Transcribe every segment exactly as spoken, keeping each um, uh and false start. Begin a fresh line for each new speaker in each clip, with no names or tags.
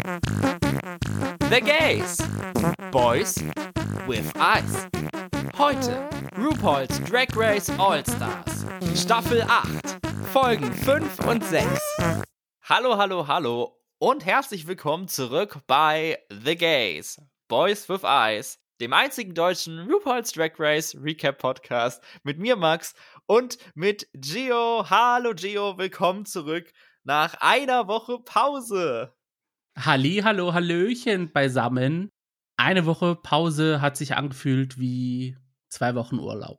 The Gays. Boys with Eyes. Heute RuPaul's Drag Race All-Stars. Staffel acht. Folgen fünf und sechs. Hallo, hallo, hallo und herzlich willkommen zurück bei The Gays. Boys with Eyes. Dem einzigen deutschen RuPaul's Drag Race Recap Podcast mit mir, Max, und mit Gio. Hallo, Gio, willkommen zurück nach einer Woche Pause.
Halli, hallo, hallöchen beisammen. Eine Woche Pause hat sich angefühlt wie zwei Wochen Urlaub.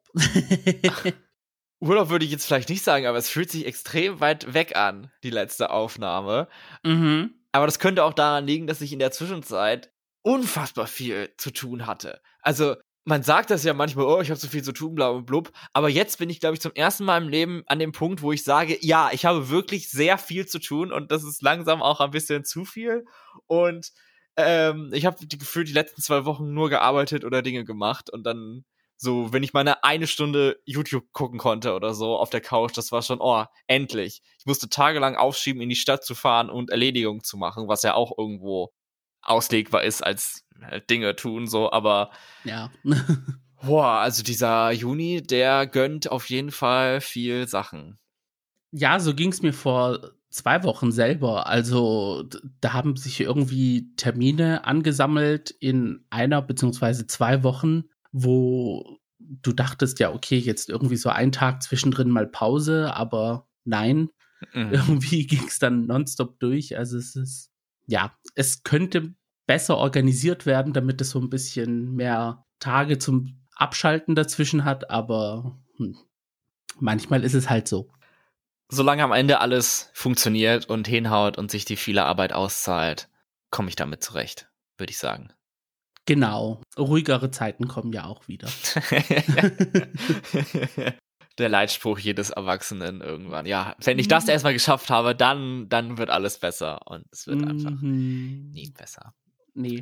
Urlaub würde ich jetzt vielleicht nicht sagen, aber es fühlt sich extrem weit weg an, die letzte Aufnahme.
Mhm.
Aber das könnte auch daran liegen, dass ich in der Zwischenzeit unfassbar viel zu tun hatte. Also, man sagt das ja manchmal, oh, ich habe so viel zu tun, bla und blub. Aber jetzt bin ich, glaube ich, zum ersten Mal im Leben an dem Punkt, wo ich sage, ja, ich habe wirklich sehr viel zu tun und das ist langsam auch ein bisschen zu viel. Und ähm, ich habe gefühlt die letzten zwei Wochen nur gearbeitet oder Dinge gemacht und dann so, wenn ich meine eine Stunde YouTube gucken konnte oder so auf der Couch, das war schon, oh, endlich. Ich musste tagelang aufschieben, in die Stadt zu fahren und Erledigungen zu machen, was ja auch irgendwo auslegbar ist als halt Dinge tun, so, aber
ja.
Boah, also dieser Juni, der gönnt auf jeden Fall viel Sachen.
Ja, so ging's mir vor zwei Wochen selber. Also d- da haben sich irgendwie Termine angesammelt in einer beziehungsweise zwei Wochen, wo du dachtest, ja, okay, jetzt irgendwie so ein Tag zwischendrin mal Pause, aber nein,
Mhm.
irgendwie ging's dann nonstop durch. Also es ist, ja, es könnte besser organisiert werden, damit es so ein bisschen mehr Tage zum Abschalten dazwischen hat, aber hm, manchmal ist es halt so.
Solange am Ende alles funktioniert und hinhaut und sich die viele Arbeit auszahlt, komme ich damit zurecht, würde ich sagen.
Genau, ruhigere Zeiten kommen ja auch wieder.
Der Leitspruch jedes Erwachsenen irgendwann. Ja, wenn ich das erstmal geschafft habe, dann, dann wird alles besser. Und es wird einfach
Mhm.
nie besser.
Nee.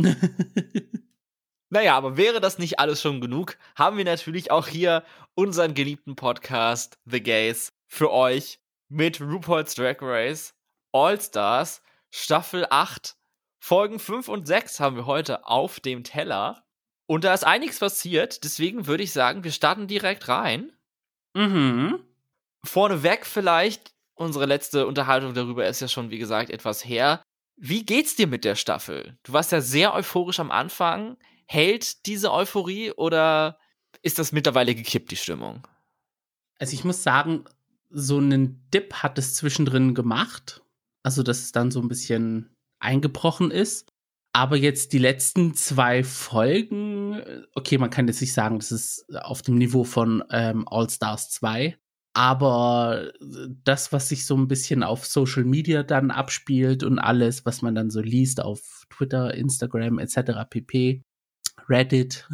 Naja, aber wäre das nicht alles schon genug, haben wir natürlich auch hier unseren geliebten Podcast The Gays für euch mit RuPaul's Drag Race All-Stars Staffel acht. Folgen fünf und sechs haben wir heute auf dem Teller. Und da ist einiges passiert, deswegen würde ich sagen, wir starten direkt rein.
Mhm.
Vorneweg vielleicht, unsere letzte Unterhaltung darüber ist ja schon, wie gesagt, etwas her. Wie geht's dir mit der Staffel? Du warst ja sehr euphorisch am Anfang. Hält diese Euphorie oder ist das mittlerweile gekippt, die Stimmung?
Also ich muss sagen, so einen Dip hat es zwischendrin gemacht. Also, dass es dann so ein bisschen eingebrochen ist. Aber jetzt die letzten zwei Folgen, okay, man kann jetzt nicht sagen, das ist auf dem Niveau von ähm, All Stars zwei. Aber das, was sich so ein bisschen auf Social Media dann abspielt und alles, was man dann so liest auf Twitter, Instagram et cetera pp., Reddit,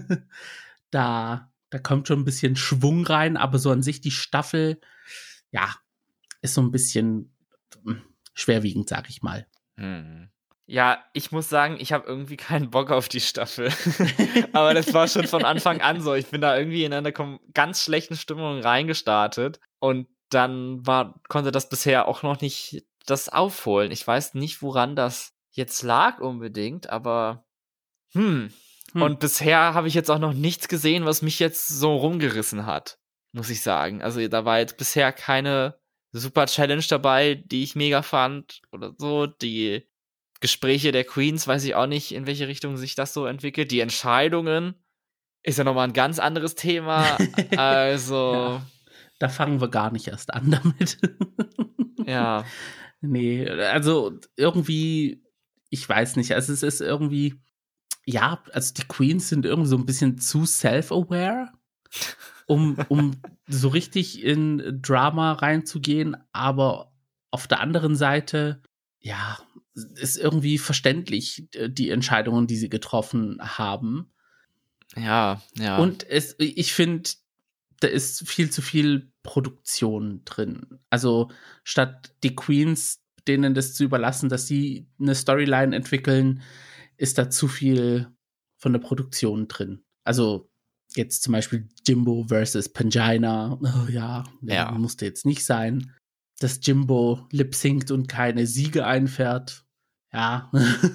da, da kommt schon ein bisschen Schwung rein, aber so an sich die Staffel, ja, ist so ein bisschen hm, schwerwiegend, sag ich mal.
Hm. Ja, ich muss sagen, ich habe irgendwie keinen Bock auf die Staffel. Aber das war schon von Anfang an so. Ich bin da irgendwie in einer kom- ganz schlechten Stimmung reingestartet. Und dann war, konnte das bisher auch noch nicht das aufholen. Ich weiß nicht, woran das jetzt lag unbedingt, aber hm.
Hm.
Und bisher habe ich jetzt auch noch nichts gesehen, was mich jetzt so rumgerissen hat, muss ich sagen. Also da war jetzt bisher keine super Challenge dabei, die ich mega fand oder so. Die Gespräche der Queens, weiß ich auch nicht, in welche Richtung sich das so entwickelt. Die Entscheidungen ist ja nochmal ein ganz anderes Thema. Also,
Ja, da fangen wir gar nicht erst an damit.
ja.
Nee, also irgendwie, ich weiß nicht, also es ist irgendwie, ja, also die Queens sind irgendwie so ein bisschen zu self-aware, um, um so richtig in Drama reinzugehen, aber auf der anderen Seite, ja, ist irgendwie verständlich, die Entscheidungen, die sie getroffen haben.
Ja, ja.
Und es, ich finde, da ist viel zu viel Produktion drin. Also statt die Queens denen das zu überlassen, dass sie eine Storyline entwickeln, ist da zu viel von der Produktion drin. Also jetzt zum Beispiel Jimbo versus Pangina. Oh ja,
Ja.
musste jetzt nicht sein. Dass Jimbo lip-synct und keine Siege einfährt. ja,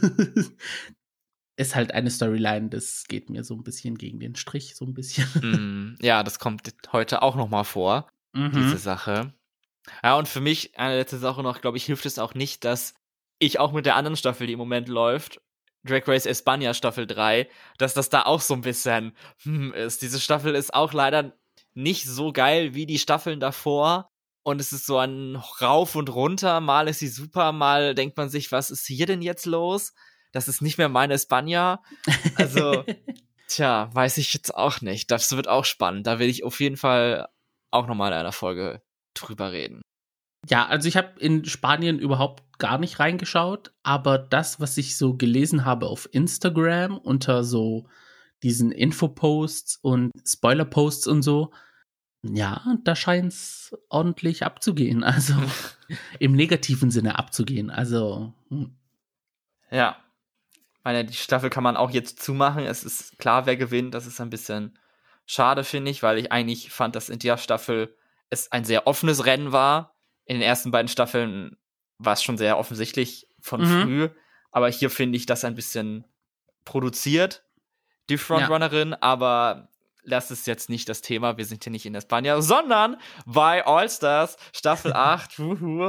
ist halt eine Storyline, das geht mir so ein bisschen gegen den Strich, so ein bisschen.
Mm, ja, das kommt heute auch noch mal vor,
Mhm.
diese Sache. Ja, und für mich, eine letzte Sache noch, glaube ich, hilft es auch nicht, dass ich auch mit der anderen Staffel, die im Moment läuft, Drag Race España Staffel drei, dass das da auch so ein bisschen hm, ist. Diese Staffel ist auch leider nicht so geil wie die Staffeln davor. Und es ist so ein Rauf und Runter. Mal ist sie super, mal denkt man sich, was ist hier denn jetzt los? Das ist nicht mehr meine España. Also, tja, weiß ich jetzt auch nicht. Das wird auch spannend. Da will ich auf jeden Fall auch nochmal in einer Folge drüber reden.
Ja, also ich habe in Spanien überhaupt gar nicht reingeschaut, aber das, was ich so gelesen habe auf Instagram unter so diesen Infoposts und Spoilerposts und so, ja, da scheint's ordentlich abzugehen. Also im negativen Sinne abzugehen. Also hm.
Ja. Ich meine, die Staffel kann man auch jetzt zumachen. Es ist klar, wer gewinnt. Das ist ein bisschen schade, finde ich, weil ich eigentlich fand, dass in der Staffel es ein sehr offenes Rennen war. In den ersten beiden Staffeln war es schon sehr offensichtlich von
Mhm.
früh. Aber hier finde ich das ein bisschen produziert, die Frontrunnerin. Ja. Aber das ist jetzt nicht das Thema. Wir sind hier nicht in España, sondern bei All-Stars Staffel acht.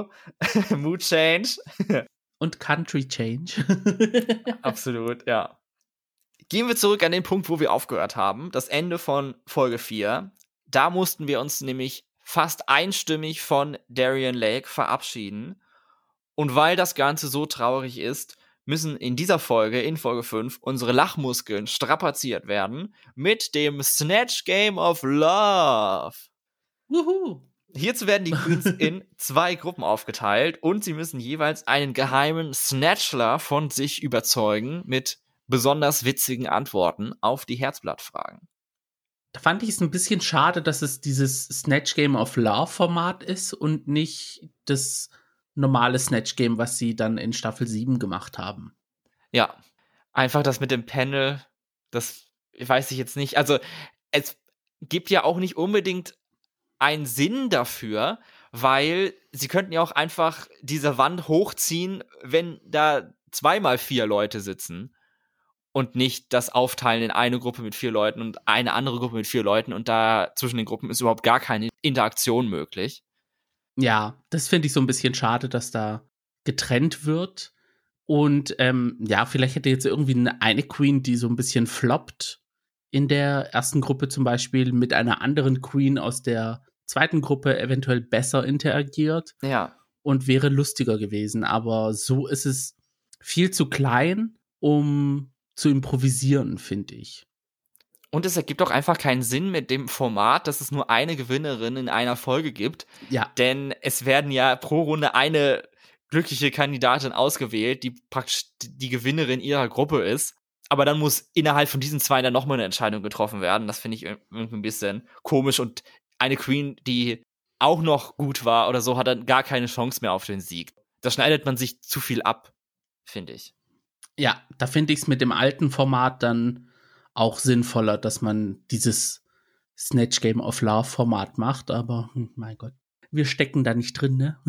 Mood Change.
Und Country Change.
Absolut, ja. Gehen wir zurück an den Punkt, wo wir aufgehört haben. Das Ende von Folge vier. Da mussten wir uns nämlich fast einstimmig von Darian Lake verabschieden. Und weil das Ganze so traurig ist, müssen in dieser Folge, in Folge fünf, unsere Lachmuskeln strapaziert werden mit dem Snatch Game of Love.
Wuhu!
Hierzu werden die Queens in zwei Gruppen aufgeteilt und sie müssen jeweils einen geheimen Snatchler von sich überzeugen mit besonders witzigen Antworten auf die Herzblattfragen.
Da fand ich es ein bisschen schade, dass es dieses Snatch Game of Love Format ist und nicht das normale Snatch Game, was sie dann in Staffel sieben gemacht haben.
Ja, einfach das mit dem Panel, das weiß ich jetzt nicht. Also es gibt ja auch nicht unbedingt einen Sinn dafür, weil sie könnten ja auch einfach diese Wand hochziehen, wenn da zweimal vier Leute sitzen und nicht das aufteilen in eine Gruppe mit vier Leuten und eine andere Gruppe mit vier Leuten und da zwischen den Gruppen ist überhaupt gar keine Interaktion möglich.
Ja, das finde ich so ein bisschen schade, dass da getrennt wird. Und ähm, ja, vielleicht hätte jetzt irgendwie eine, eine Queen, die so ein bisschen floppt in der ersten Gruppe zum Beispiel, mit einer anderen Queen aus der zweiten Gruppe eventuell besser interagiert.
Ja.
Und wäre lustiger gewesen. Aber so ist es viel zu klein, um zu improvisieren, finde ich.
Und es ergibt auch einfach keinen Sinn mit dem Format, dass es nur eine Gewinnerin in einer Folge gibt.
Ja.
Denn es werden ja pro Runde eine glückliche Kandidatin ausgewählt, die praktisch die Gewinnerin ihrer Gruppe ist. Aber dann muss innerhalb von diesen zwei dann nochmal eine Entscheidung getroffen werden. Das finde ich irgendwie ein bisschen komisch. Und eine Queen, die auch noch gut war oder so, hat dann gar keine Chance mehr auf den Sieg. Da schneidet man sich zu viel ab, finde ich.
Ja, da finde ich es mit dem alten Format dann auch sinnvoller, dass man dieses Snatch Game of Love Format macht. Aber, hm, mein Gott, wir stecken da nicht drin, ne?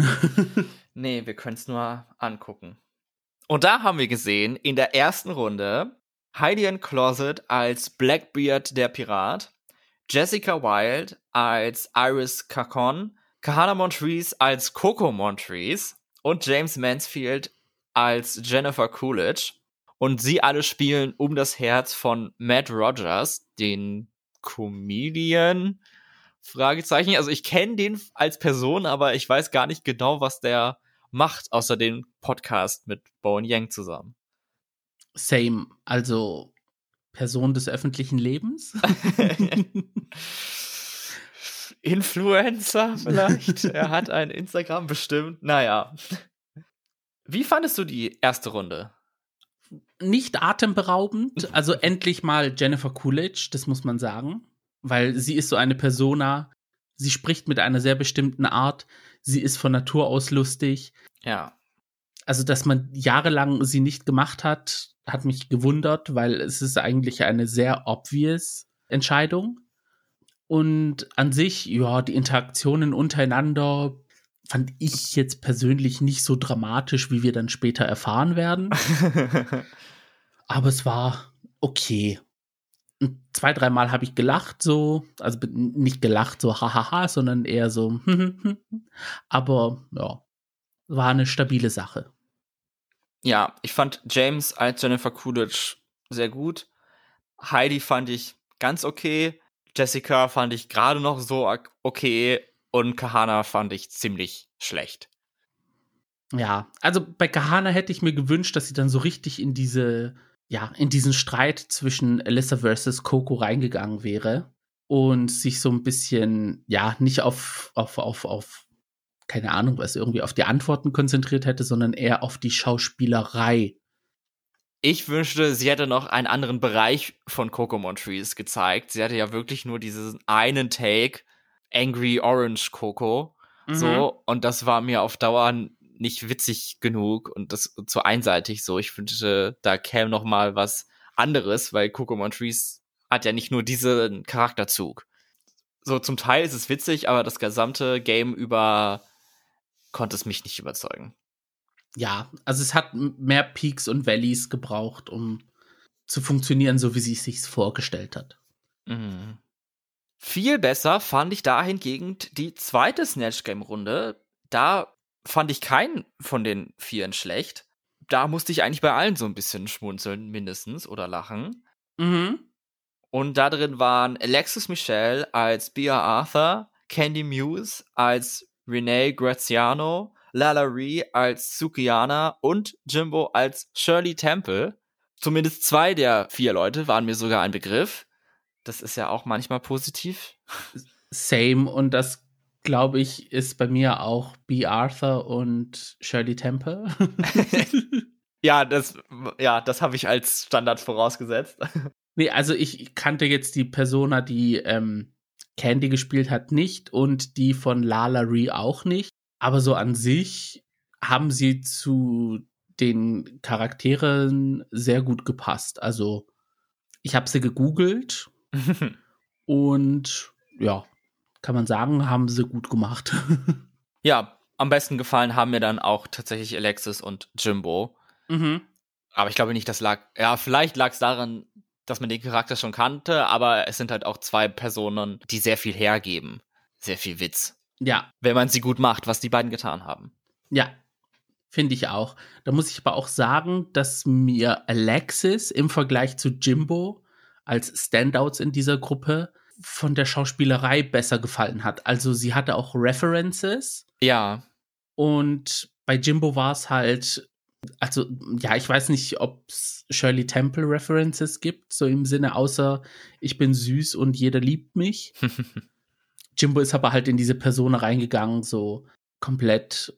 Nee, wir können es nur angucken. Und da haben wir gesehen, in der ersten Runde Heidi N Closet als Blackbeard der Pirat, Jessica Wilde als Iris Cacon, Kahana Montrese als Coco Montrese und James Mansfield als Jennifer Coolidge. Und sie alle spielen um das Herz von Matt Rogers, den Comedian, Fragezeichen. Also ich kenne den als Person, aber ich weiß gar nicht genau, was der macht, außer den Podcast mit Bowen Yang zusammen.
Same, also Person des öffentlichen Lebens.
Influencer vielleicht. Er hat ein Instagram bestimmt. Naja. Wie fandest du die erste Runde?
Nicht atemberaubend. Also endlich mal Jennifer Coolidge, das muss man sagen. Weil sie ist so eine Persona. Sie spricht mit einer sehr bestimmten Art. Sie ist von Natur aus lustig.
Ja.
Also, dass man jahrelang sie nicht gemacht hat, hat mich gewundert, weil es ist eigentlich eine sehr obvious Entscheidung. Und an sich, ja, die Interaktionen untereinander fand ich jetzt persönlich nicht so dramatisch, wie wir dann später erfahren werden. Aber es war okay. Und zwei, dreimal habe ich gelacht, so, also nicht gelacht, so hahaha, sondern eher so, aber ja, war eine stabile Sache.
Ja, ich fand James als Jennifer Coolidge sehr gut. Heidi fand ich ganz okay. Jessica fand ich gerade noch so okay. Und Kahana fand ich ziemlich schlecht.
Ja, also bei Kahana hätte ich mir gewünscht, dass sie dann so richtig in diese, ja, in diesen Streit zwischen Alyssa versus Coco reingegangen wäre und sich so ein bisschen, ja, nicht auf, auf, auf, auf, keine Ahnung, was irgendwie auf die Antworten konzentriert hätte, sondern eher auf die Schauspielerei.
Ich wünschte, sie hätte noch einen anderen Bereich von Kokomon Trees gezeigt. Sie hatte ja wirklich nur diesen einen Take, Angry Orange Coco, mhm. so, und das war mir auf Dauer nicht witzig genug und das zu einseitig so. Ich wünschte, da käme noch mal was anderes, weil Kokomon Trees hat ja nicht nur diesen Charakterzug. So, zum Teil ist es witzig, aber das gesamte Game über konnte es mich nicht überzeugen.
Ja, also es hat mehr Peaks und Valleys gebraucht, um zu funktionieren, so wie sie es sich vorgestellt hat.
Mhm. Viel besser fand ich da hingegen die zweite Snatch-Game-Runde. Da fand ich keinen von den Vieren schlecht. Da musste ich eigentlich bei allen so ein bisschen schmunzeln, mindestens, oder lachen.
Mhm.
Und da drin waren Alexis Michelle als Bea Arthur, Candy Muse als Renee Graziano, Lala Ree als Sukiyana und Jimbo als Shirley Temple. Zumindest zwei der vier Leute waren mir sogar ein Begriff. Das ist ja auch manchmal positiv.
Same. Und das, glaube ich, ist bei mir auch Bea Arthur und Shirley Temple.
ja, das, ja, das habe ich als Standard vorausgesetzt.
Nee, also ich kannte jetzt die Persona, die ähm, Candy gespielt hat, nicht und die von Lala Ree auch nicht. Aber so an sich haben sie zu den Charakteren sehr gut gepasst. Also ich habe sie gegoogelt und ja, kann man sagen, haben sie gut gemacht.
Ja, am besten gefallen haben mir dann auch tatsächlich Alexis und Jimbo.
Mhm.
Aber ich glaube nicht, das lag, ja, vielleicht lag es daran, dass man den Charakter schon kannte, aber es sind halt auch zwei Personen, die sehr viel hergeben. Sehr viel Witz.
Ja.
Wenn man sie gut macht, was die beiden getan haben.
Ja, finde ich auch. Da muss ich aber auch sagen, dass mir Alexis im Vergleich zu Jimbo als Standouts in dieser Gruppe von der Schauspielerei besser gefallen hat. Also sie hatte auch References.
Ja.
Und bei Jimbo war es halt, also ja, ich weiß nicht, ob es Shirley Temple References gibt, so im Sinne, außer ich bin süß und jeder liebt mich. Jimbo ist aber halt in diese Persona reingegangen, so komplett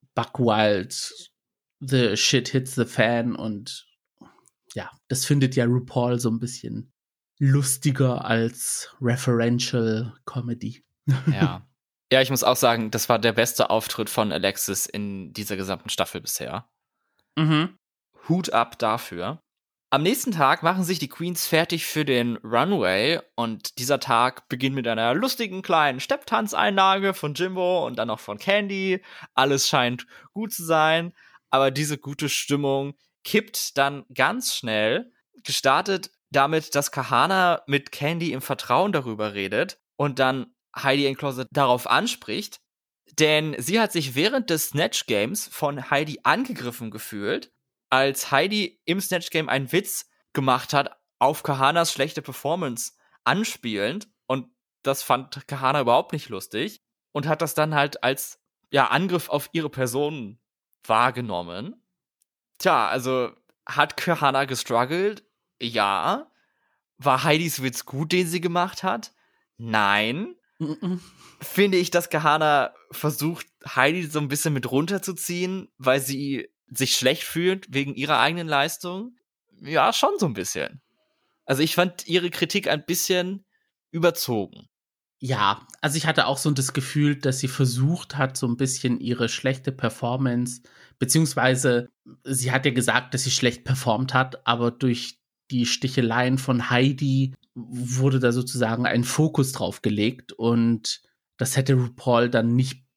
buckwild, the shit hits the fan und ja, das findet ja RuPaul so ein bisschen lustiger als Referential Comedy.
Ja. Ja, ich muss auch sagen, das war der beste Auftritt von Alexis in dieser gesamten Staffel bisher.
Mhm.
Hut ab dafür. Am nächsten Tag machen sich die Queens fertig für den Runway und dieser Tag beginnt mit einer lustigen kleinen Stepptanzeinlage von Jimbo und dann auch von Candy. Alles scheint gut zu sein, aber diese gute Stimmung kippt dann ganz schnell, gestartet damit, dass Kahana mit Candy im Vertrauen darüber redet und dann Heidi N Closet darauf anspricht, denn sie hat sich während des Snatch Games von Heidi angegriffen gefühlt, als Heidi im Snatch Game einen Witz gemacht hat auf Kahanas schlechte Performance anspielend und das fand Kahana überhaupt nicht lustig und hat das dann halt als ja Angriff auf ihre Person wahrgenommen. Tja, also hat Kahana gestruggelt? Ja. War Heidis Witz gut, den sie gemacht hat? Nein.
Mhm.
Finde ich, dass Kahana versucht, Heidi so ein bisschen mit runterzuziehen, weil sie sich schlecht fühlt wegen ihrer eigenen Leistung? Ja, schon so ein bisschen. Also ich fand ihre Kritik ein bisschen überzogen.
Ja, also ich hatte auch so das Gefühl, dass sie versucht hat, so ein bisschen ihre schlechte Performance, beziehungsweise sie hat ja gesagt, dass sie schlecht performt hat, aber durch die Sticheleien von Heidi wurde da sozusagen ein Fokus drauf gelegt und das hätte RuPaul dann nicht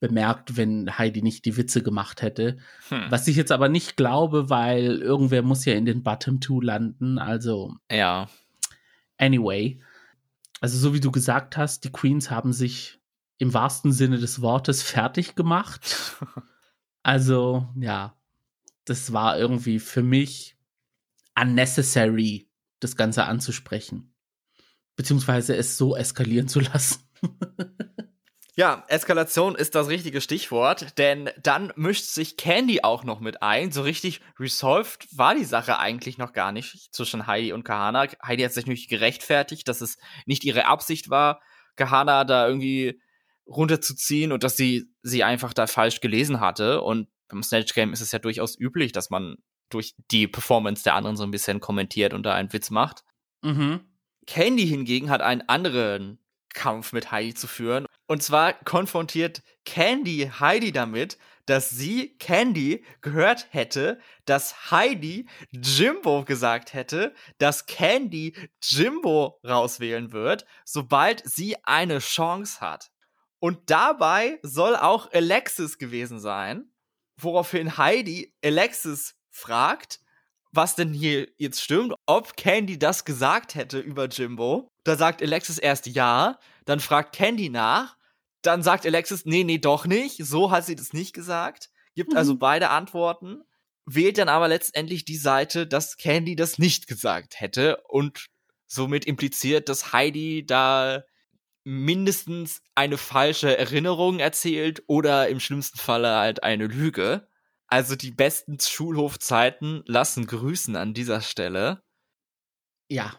bemerkt, wenn Heidi nicht die Witze gemacht hätte.
Hm.
Was ich jetzt aber nicht glaube, weil irgendwer muss ja in den Bottom Two landen. Also,
ja.
Anyway. Also, so wie du gesagt hast, die Queens haben sich im wahrsten Sinne des Wortes fertig gemacht. Also, ja, das war irgendwie für mich unnecessary, das Ganze anzusprechen. Beziehungsweise es so eskalieren zu lassen.
Ja, Eskalation ist das richtige Stichwort, denn dann mischt sich Candy auch noch mit ein. So richtig resolved war die Sache eigentlich noch gar nicht zwischen Heidi und Kahana. Heidi hat sich natürlich gerechtfertigt, dass es nicht ihre Absicht war, Kahana da irgendwie runterzuziehen und dass sie sie einfach da falsch gelesen hatte. Und beim Snatch Game ist es ja durchaus üblich, dass man durch die Performance der anderen so ein bisschen kommentiert und da einen Witz macht.
Mhm.
Candy hingegen hat einen anderen Kampf mit Heidi zu führen. Und zwar konfrontiert Candy Heidi damit, dass sie, Candy, gehört hätte, dass Heidi Jimbo gesagt hätte, dass Candy Jimbo rauswählen wird, sobald sie eine Chance hat. Und dabei soll auch Alexis gewesen sein, woraufhin Heidi Alexis fragt, was denn hier jetzt stimmt, ob Candy das gesagt hätte über Jimbo. Da sagt Alexis erst ja, dann fragt Candy nach, dann sagt Alexis, nee, nee, doch nicht, so hat sie das nicht gesagt, gibt mhm. also beide Antworten, wählt dann aber letztendlich die Seite, dass Candy das nicht gesagt hätte und somit impliziert, dass Heidi da mindestens eine falsche Erinnerung erzählt oder im schlimmsten Falle halt eine Lüge. Also die besten Schulhofzeiten lassen grüßen an dieser Stelle.
Ja.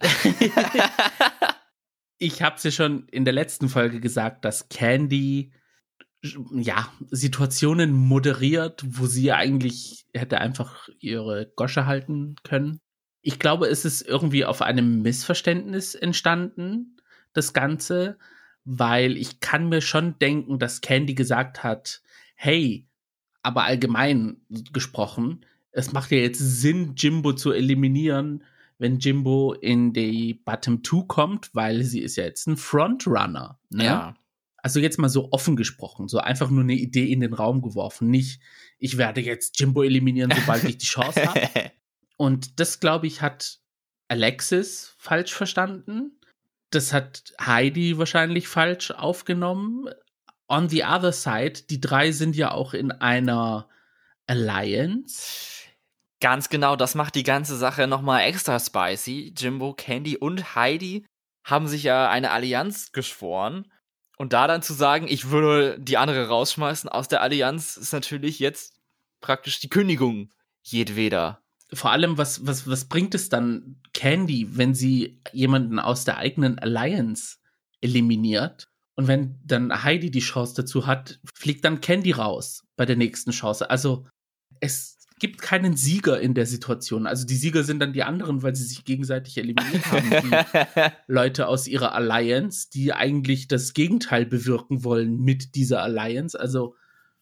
Ich hab's ja schon in der letzten Folge gesagt, dass Candy ja Situationen moderiert, wo sie eigentlich hätte einfach ihre Gosche halten können. Ich glaube, es ist irgendwie auf einem Missverständnis entstanden, das Ganze, weil ich kann mir schon denken, dass Candy gesagt hat, hey, aber allgemein gesprochen, es macht ja jetzt Sinn, Jimbo zu eliminieren, wenn Jimbo in die Bottom Two kommt, weil sie ist ja jetzt ein Frontrunner. Ne?
Ja.
Also jetzt mal so offen gesprochen, so einfach nur eine Idee in den Raum geworfen. Nicht, ich werde jetzt Jimbo eliminieren, sobald ich die Chance habe. Und das, glaube ich, hat Alexis falsch verstanden. Das hat Heidi wahrscheinlich falsch aufgenommen. On the other side, die drei sind ja auch in einer Alliance.
Ganz genau, das macht die ganze Sache nochmal extra spicy. Jimbo, Candy und Heidi haben sich ja eine Allianz geschworen. Und da dann zu sagen, ich würde die andere rausschmeißen aus der Allianz, ist natürlich jetzt praktisch die Kündigung jedweder.
Vor allem, was, was, was bringt es dann Candy, wenn sie jemanden aus der eigenen Alliance eliminiert? Und wenn dann Heidi die Chance dazu hat, fliegt dann Candy raus bei der nächsten Chance. Also es gibt keinen Sieger in der Situation. Also die Sieger sind dann die anderen, weil sie sich gegenseitig eliminiert haben. Die Leute aus ihrer Alliance, die eigentlich das Gegenteil bewirken wollen mit dieser Alliance. Also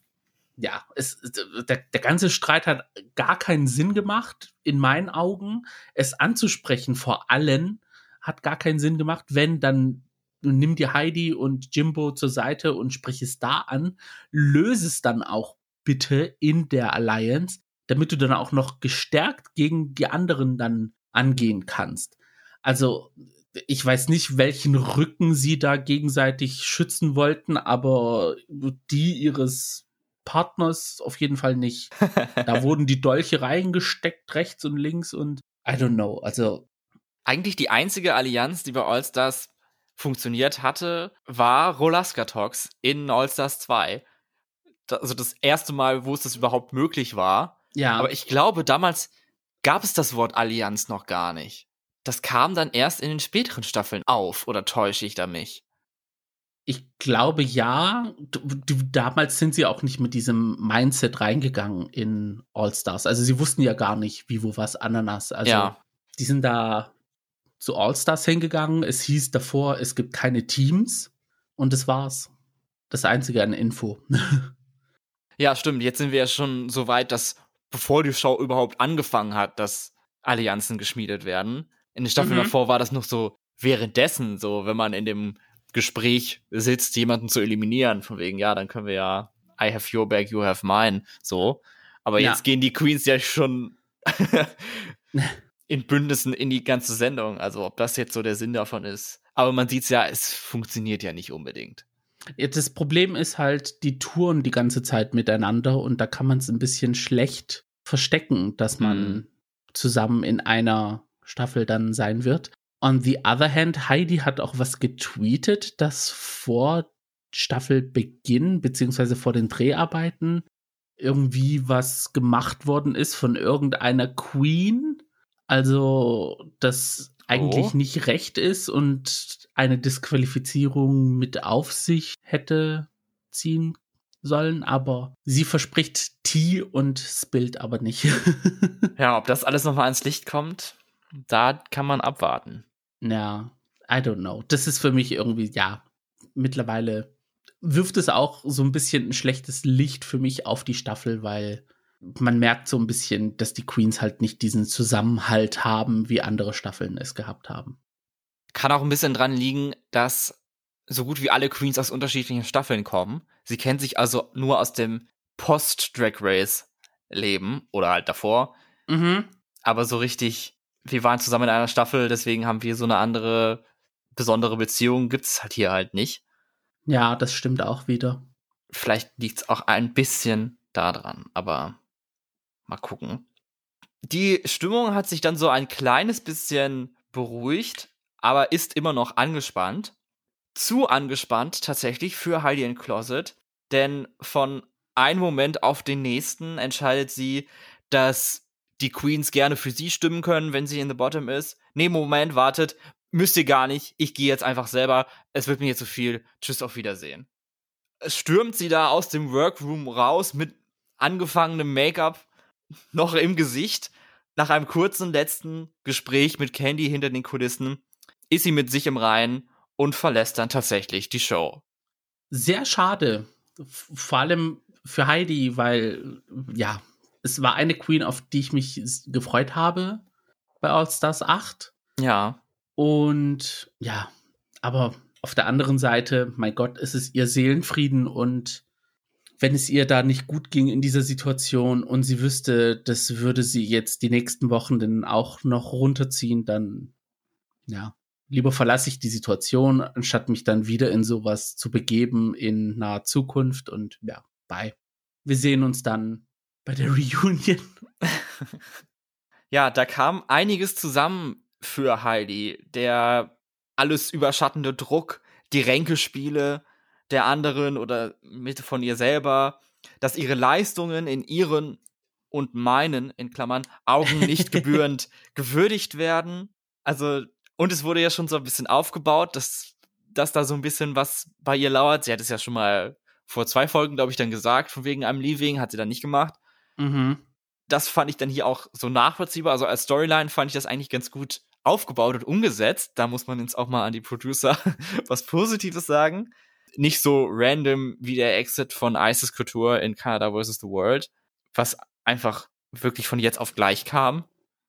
ja, es, der, der ganze Streit hat gar keinen Sinn gemacht, in meinen Augen. Es anzusprechen vor allen hat gar keinen Sinn gemacht, wenn dann nimm dir Heidi und Jimbo zur Seite und sprich es da an, löse es dann auch bitte in der Alliance, damit du dann auch noch gestärkt gegen die anderen dann angehen kannst. Also ich weiß nicht, welchen Rücken sie da gegenseitig schützen wollten, aber die ihres Partners auf jeden Fall nicht. Da wurden die Dolche reingesteckt, rechts und links und I don't know. Also
eigentlich die einzige Allianz, die bei All-Stars funktioniert hatte, war Rolaska Talks in All-Stars zwei. Also das erste Mal, wo es das überhaupt möglich war.
Ja.
Aber ich glaube, damals gab es das Wort Allianz noch gar nicht. Das kam dann erst in den späteren Staffeln auf, oder täusche ich da mich?
Ich glaube, ja. D- d- damals sind sie auch nicht mit diesem Mindset reingegangen in All-Stars. Also sie wussten ja gar nicht, wie, wo, was, Ananas. Also
Ja.
die sind da zu All-Stars hingegangen. Es hieß davor, es gibt keine Teams. Und das war's. Das Einzige an Info.
Ja, stimmt. Jetzt sind wir ja schon so weit, dass bevor die Show überhaupt angefangen hat, dass Allianzen geschmiedet werden. In den Staffeln
Mhm.
davor war das noch so währenddessen, so wenn man in dem Gespräch sitzt, jemanden zu eliminieren, von wegen, ja, dann können wir ja I have your back, you have mine, so. Aber
Ja.
jetzt gehen die Queens ja schon in Bündnissen in die ganze Sendung, also ob das jetzt so der Sinn davon ist. Aber man sieht's ja, es funktioniert ja nicht unbedingt.
Ja, das Problem ist halt, die touren die ganze Zeit miteinander und da kann man es ein bisschen schlecht verstecken, dass man
Mhm.
zusammen in einer Staffel dann sein wird. On the other hand, Heidi hat auch was getweetet, dass vor Staffelbeginn beziehungsweise vor den Dreharbeiten irgendwie was gemacht worden ist von irgendeiner Queen. Also, das eigentlich
Oh.
nicht recht ist und eine Disqualifizierung mit auf sich hätte ziehen sollen, aber sie verspricht Tee und spillt aber nicht.
Ja, ob das alles nochmal ans Licht kommt, da kann man abwarten.
Ja, I don't know. Das ist für mich irgendwie, ja, mittlerweile wirft es auch so ein bisschen ein schlechtes Licht für mich auf die Staffel, weil man merkt so ein bisschen, dass die Queens halt nicht diesen Zusammenhalt haben, wie andere Staffeln es gehabt haben.
Kann auch ein bisschen dran liegen, dass so gut wie alle Queens aus unterschiedlichen Staffeln kommen. Sie kennen sich also nur aus dem Post-Drag Race-Leben oder halt davor.
Mhm.
Aber so richtig, wir waren zusammen in einer Staffel, deswegen haben wir so eine andere, besondere Beziehung, gibt's halt hier halt nicht.
Ja, das stimmt auch wieder.
Vielleicht liegt's auch ein bisschen daran, aber mal gucken. Die Stimmung hat sich dann so ein kleines bisschen beruhigt, aber ist immer noch angespannt. Zu angespannt tatsächlich für Heidi in Closet, denn von einem Moment auf den nächsten entscheidet sie, dass die Queens gerne für sie stimmen können, wenn sie in the bottom ist. Nee, Moment, wartet, müsst ihr gar nicht, ich gehe jetzt einfach selber, es wird mir jetzt zu viel, tschüss, auf Wiedersehen. Es stürmt sie da aus dem Workroom raus mit angefangenem Make-up noch im Gesicht. Nach einem kurzen letzten Gespräch mit Candy hinter den Kulissen ist sie mit sich im Reinen und verlässt dann tatsächlich die Show.
Sehr schade. F- Vor allem für Heidi, weil, ja, es war eine Queen, auf die ich mich s- gefreut habe bei All Stars acht.
Ja.
Und ja, aber auf der anderen Seite, mein Gott, es ist ihr Seelenfrieden und wenn es ihr da nicht gut ging in dieser Situation und sie wüsste, das würde sie jetzt die nächsten Wochen dann auch noch runterziehen, dann, ja, lieber verlasse ich die Situation, anstatt mich dann wieder in sowas zu begeben in naher Zukunft und ja, bye. Wir sehen uns dann bei der Reunion.
Ja, da kam einiges zusammen für Heidi. Der alles überschattende Druck, die Ränkespiele der anderen oder mit von ihr selber, dass ihre Leistungen in ihren und meinen, in Klammern, Augen nicht gebührend gewürdigt werden. Also, und es wurde ja schon so ein bisschen aufgebaut, dass, dass da so ein bisschen was bei ihr lauert. Sie hat es ja schon mal vor zwei Folgen, glaube ich, dann gesagt, von wegen einem Leaving, hat sie dann nicht gemacht.
Mhm.
Das fand ich dann hier auch so nachvollziehbar. Also als Storyline fand ich das eigentlich ganz gut aufgebaut und umgesetzt. Da muss man jetzt auch mal an die Producer was Positives sagen. Nicht so random wie der Exit von Isis Couture in Canada versus. The World, was einfach wirklich von jetzt auf gleich kam.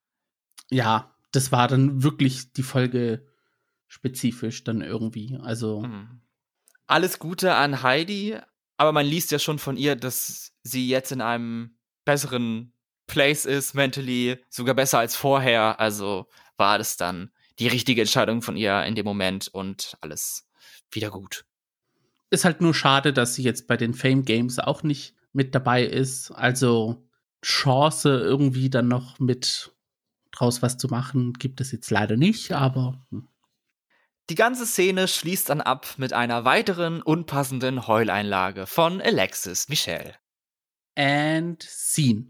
Ja, das war dann wirklich die Folge spezifisch dann irgendwie. Also.
Mhm. Alles Gute an Heidi, aber man liest ja schon von ihr, dass sie jetzt in einem besseren Place ist, mentally, sogar besser als vorher. Also war das dann die richtige Entscheidung von ihr in dem Moment und alles wieder gut.
Ist halt nur schade, dass sie jetzt bei den Fame Games auch nicht mit dabei ist. Also Chance irgendwie dann noch mit draus was zu machen, gibt es jetzt leider nicht, aber hm.
Die ganze Szene schließt dann ab mit einer weiteren unpassenden Heuleinlage von Alexis Michelle.
And scene.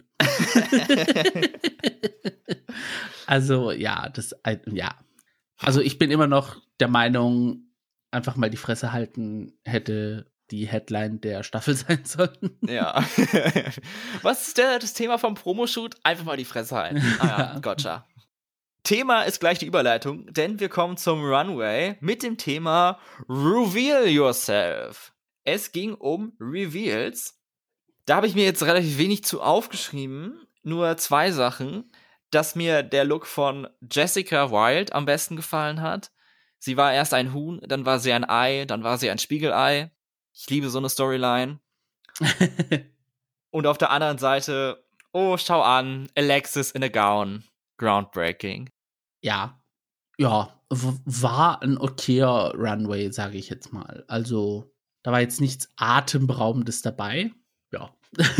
Also ja, das ja. Also ich bin immer noch der Meinung, einfach mal die Fresse halten hätte die Headline der Staffel sein sollen.
Ja. Was ist der, das Thema vom Promoshoot? Einfach mal die Fresse halten. Ah ja, gotcha. Thema ist gleich die Überleitung, denn wir kommen zum Runway mit dem Thema Reveal Yourself. Es ging um Reveals. Da habe ich mir jetzt relativ wenig zu aufgeschrieben, nur zwei Sachen, dass mir der Look von Jessica Wilde am besten gefallen hat. Sie war erst ein Huhn, dann war sie ein Ei, dann war sie ein Spiegelei. Ich liebe so eine Storyline. Und auf der anderen Seite, oh, schau an, Alexis in a gown. Groundbreaking.
Ja, ja, w- war ein okayer Runway, sage ich jetzt mal. Also, da war jetzt nichts Atemberaubendes dabei. Ja.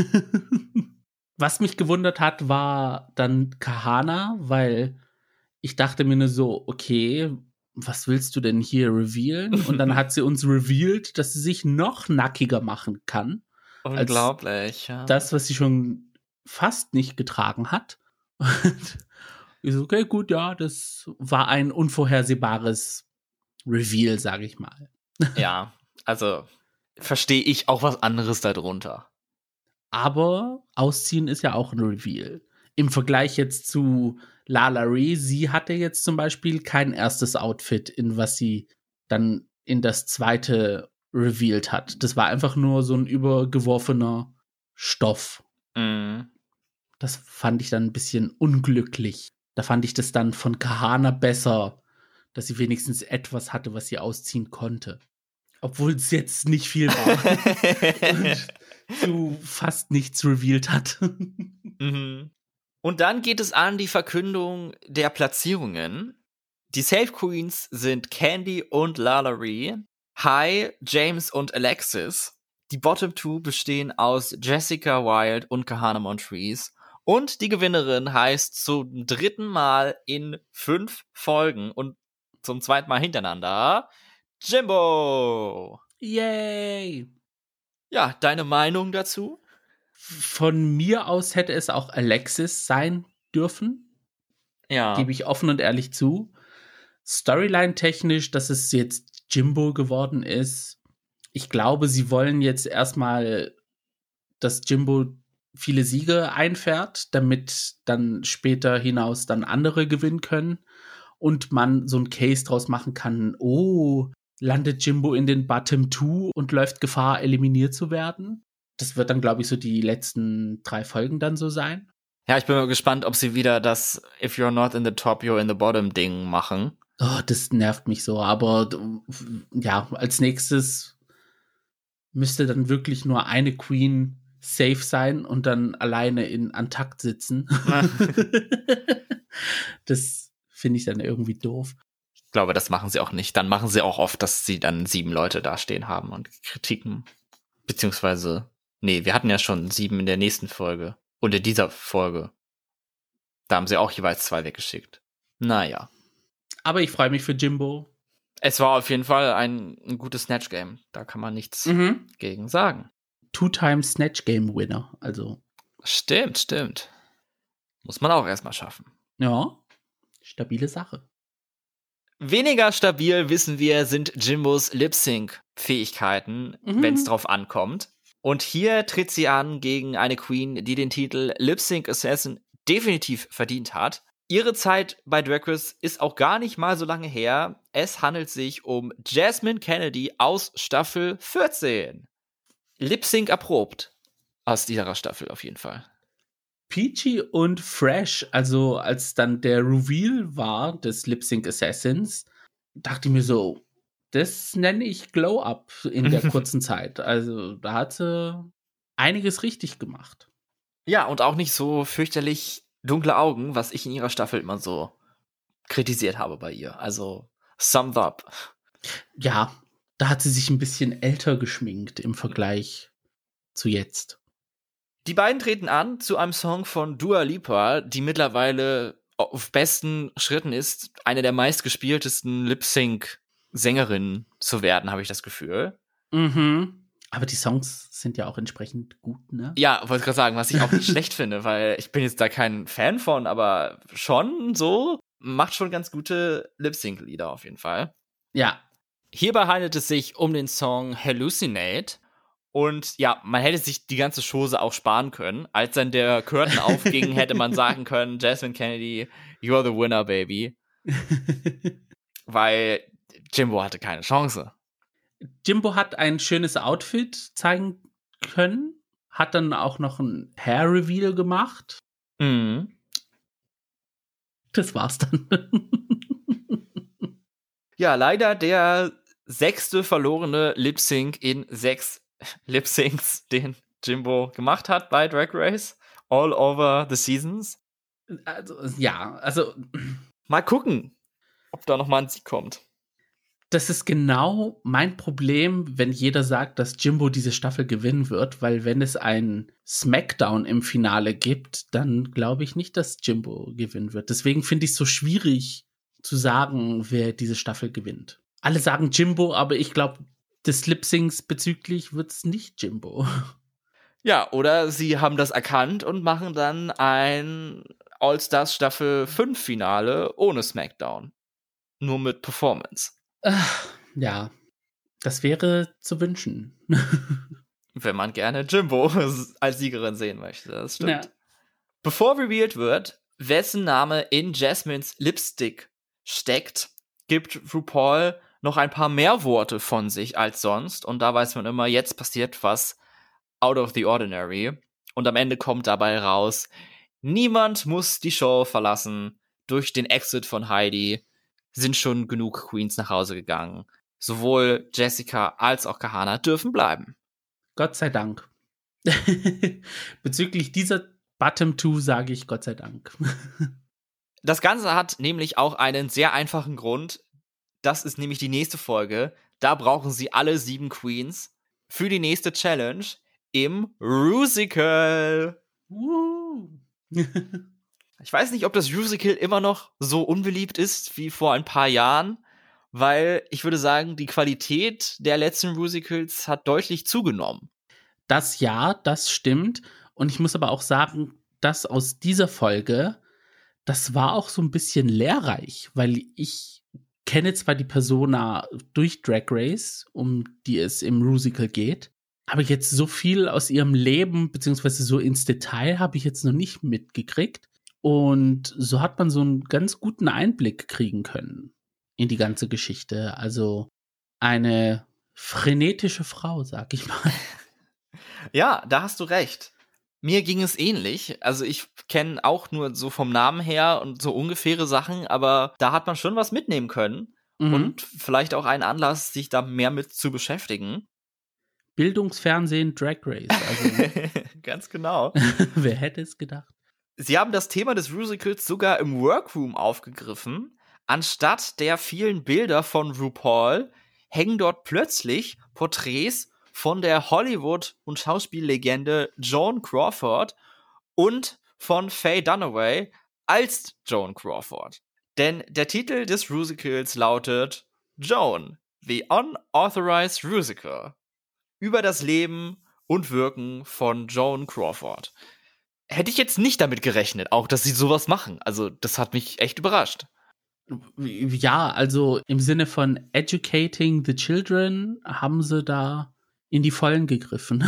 Was mich gewundert hat, war dann Kahana, weil ich dachte mir nur so, okay, was willst du denn hier revealen? Und dann hat sie uns revealed, dass sie sich noch nackiger machen kann.
Unglaublich, ja.
Das, was sie schon fast nicht getragen hat. Und ich so, okay, gut, ja, das war ein unvorhersehbares Reveal, sage ich mal.
Ja, also verstehe ich auch was anderes darunter.
Aber Ausziehen ist ja auch ein Reveal. Im Vergleich jetzt zu Lala Ree, sie hatte jetzt zum Beispiel kein erstes Outfit, in was sie dann in das zweite revealed hat. Das war einfach nur so ein übergeworfener Stoff.
Mhm.
Das fand ich dann ein bisschen unglücklich. Da fand ich das dann von Kahana besser, dass sie wenigstens etwas hatte, was sie ausziehen konnte. Obwohl es jetzt nicht viel war. Und zu fast nichts revealed hat.
Mhm. Und dann geht es an die Verkündung der Platzierungen. Die Safe Queens sind Candy und Lala Ree. Hi, James und Alexis. Die Bottom Two bestehen aus Jessica Wild und Kahana Montrese. Und die Gewinnerin heißt zum dritten Mal in fünf Folgen und zum zweiten Mal hintereinander Jimbo.
Yay!
Ja, deine Meinung dazu?
Von mir aus hätte es auch Alexis sein dürfen.
Ja.
Gebe ich offen und ehrlich zu. Storyline-technisch, dass es jetzt Jimbo geworden ist. Ich glaube, sie wollen jetzt erstmal, dass Jimbo viele Siege einfährt, damit dann später hinaus dann andere gewinnen können und man so ein Case draus machen kann, oh, landet Jimbo in den Bottom Two und läuft Gefahr, eliminiert zu werden. Das wird dann, glaube ich, so die letzten drei Folgen dann so sein.
Ja, ich bin mal gespannt, ob sie wieder das If you're not in the top, you're in the bottom Ding machen.
Oh, das nervt mich so, aber ja, als nächstes müsste dann wirklich nur eine Queen safe sein und dann alleine in Antakt sitzen. Das finde ich dann irgendwie doof.
Ich glaube, das machen sie auch nicht. Dann machen sie auch oft, dass sie dann sieben Leute dastehen haben und Kritiken. Beziehungsweise, nee, wir hatten ja schon sieben in der nächsten Folge. Und in dieser Folge. Da haben sie auch jeweils zwei weggeschickt. Naja.
Aber ich freue mich für Jimbo.
Es war auf jeden Fall ein, ein gutes Snatch-Game. Da kann man nichts mhm. gegen sagen.
Two-time Snatch-Game-Winner, also.
Stimmt, stimmt. Muss man auch erstmal schaffen.
Ja, stabile Sache.
Weniger stabil, wissen wir, sind Jimbos Lip-Sync-Fähigkeiten, mhm. wenn es drauf ankommt. Und hier tritt sie an gegen eine Queen, die den Titel Lip-Sync Assassin definitiv verdient hat. Ihre Zeit bei Drag Race ist auch gar nicht mal so lange her. Es handelt sich um Jasmine Kennedy aus Staffel vierzehn. Lip-Sync erprobt aus dieser Staffel auf jeden Fall.
Peachy und Fresh, also als dann der Reveal war des Lip-Sync Assassins, dachte ich mir so, das nenne ich Glow-Up in der kurzen Zeit. Also da hat sie einiges richtig gemacht.
Ja, und auch nicht so fürchterlich dunkle Augen, was ich in ihrer Staffel immer so kritisiert habe bei ihr. Also, summed up.
Ja, da hat sie sich ein bisschen älter geschminkt im Vergleich zu jetzt.
Die beiden treten an zu einem Song von Dua Lipa, die mittlerweile auf besten Schritten ist, eine der meistgespieltesten Lip-Sync-Sängerinnen zu werden, habe ich das Gefühl.
Mhm. Aber die Songs sind ja auch entsprechend gut, ne?
Ja, wollte ich gerade sagen, was ich auch nicht schlecht finde, weil ich bin jetzt da kein Fan von, aber schon so, macht schon ganz gute Lip-Sync-Lieder auf jeden Fall.
Ja.
Hierbei handelt es sich um den Song Hallucinate. Und ja, man hätte sich die ganze Chose auch sparen können. Als dann der Curtain aufging, hätte man sagen können, Jasmine Kennedy, you're the winner, baby. Weil Jimbo hatte keine Chance.
Jimbo hat ein schönes Outfit zeigen können, hat dann auch noch ein Hair-Reveal gemacht.
Mhm.
Das war's dann.
Ja, leider der sechste verlorene Lip-Sync in sechs Lip-Syncs, den Jimbo gemacht hat bei Drag Race. All over the seasons.
Also, ja, also.
Mal gucken, ob da nochmal ein Sieg kommt.
Das ist genau mein Problem, wenn jeder sagt, dass Jimbo diese Staffel gewinnen wird, weil wenn es ein Smackdown im Finale gibt, dann glaube ich nicht, dass Jimbo gewinnen wird. Deswegen finde ich es so schwierig zu sagen, wer diese Staffel gewinnt. Alle sagen Jimbo, aber ich glaube, des Lip-Syncs bezüglich wird es nicht Jimbo.
Ja, oder sie haben das erkannt und machen dann ein All-Stars Staffel fünf Finale ohne Smackdown. Nur mit Performance.
Ja, das wäre zu wünschen.
Wenn man gerne Jimbo als Siegerin sehen möchte, das stimmt.
Ja.
Bevor revealed wird, wessen Name in Jasmines Lipstick steckt, gibt RuPaul noch ein paar mehr Worte von sich als sonst. Und da weiß man immer, jetzt passiert was out of the ordinary. Und am Ende kommt dabei raus, niemand muss die Show verlassen. Durch den Exit von Heidi sind schon genug Queens nach Hause gegangen. Sowohl Jessica als auch Kahana dürfen bleiben.
Gott sei Dank. Bezüglich dieser Bottom zwei sage ich Gott sei Dank.
Das Ganze hat nämlich auch einen sehr einfachen Grund. Das ist nämlich die nächste Folge. Da brauchen sie alle sieben Queens für die nächste Challenge im Rusical. Ich weiß nicht, ob das Rusical immer noch so unbeliebt ist wie vor ein paar Jahren, weil ich würde sagen, die Qualität der letzten Rusicals hat deutlich zugenommen.
Das ja, das stimmt. Und ich muss aber auch sagen, dass aus dieser Folge, das war auch so ein bisschen lehrreich, weil ich kenne zwar die Persona durch Drag Race, um die es im Rusical geht, aber jetzt so viel aus ihrem Leben, beziehungsweise so ins Detail, habe ich jetzt noch nicht mitgekriegt. Und so hat man so einen ganz guten Einblick kriegen können in die ganze Geschichte. Also eine frenetische Frau, sag ich mal.
Ja, da hast du recht. Mir ging es ähnlich. Also ich kenne auch nur so vom Namen her und so ungefähre Sachen, aber da hat man schon was mitnehmen können. Mhm. Und vielleicht auch einen Anlass, sich da mehr mit zu beschäftigen.
Bildungsfernsehen Drag Race. Also
ganz genau.
Wer hätte es gedacht?
Sie haben das Thema des Musicals sogar im Workroom aufgegriffen. Anstatt der vielen Bilder von RuPaul hängen dort plötzlich Porträts von der Hollywood- und Schauspiellegende Joan Crawford und von Faye Dunaway als Joan Crawford. Denn der Titel des Musicals lautet Joan, The Unauthorized Musical. Über das Leben und Wirken von Joan Crawford. Hätte ich jetzt nicht damit gerechnet, auch, dass sie sowas machen. Also, das hat mich echt überrascht.
Ja, also im Sinne von educating the children haben sie da in die Vollen gegriffen.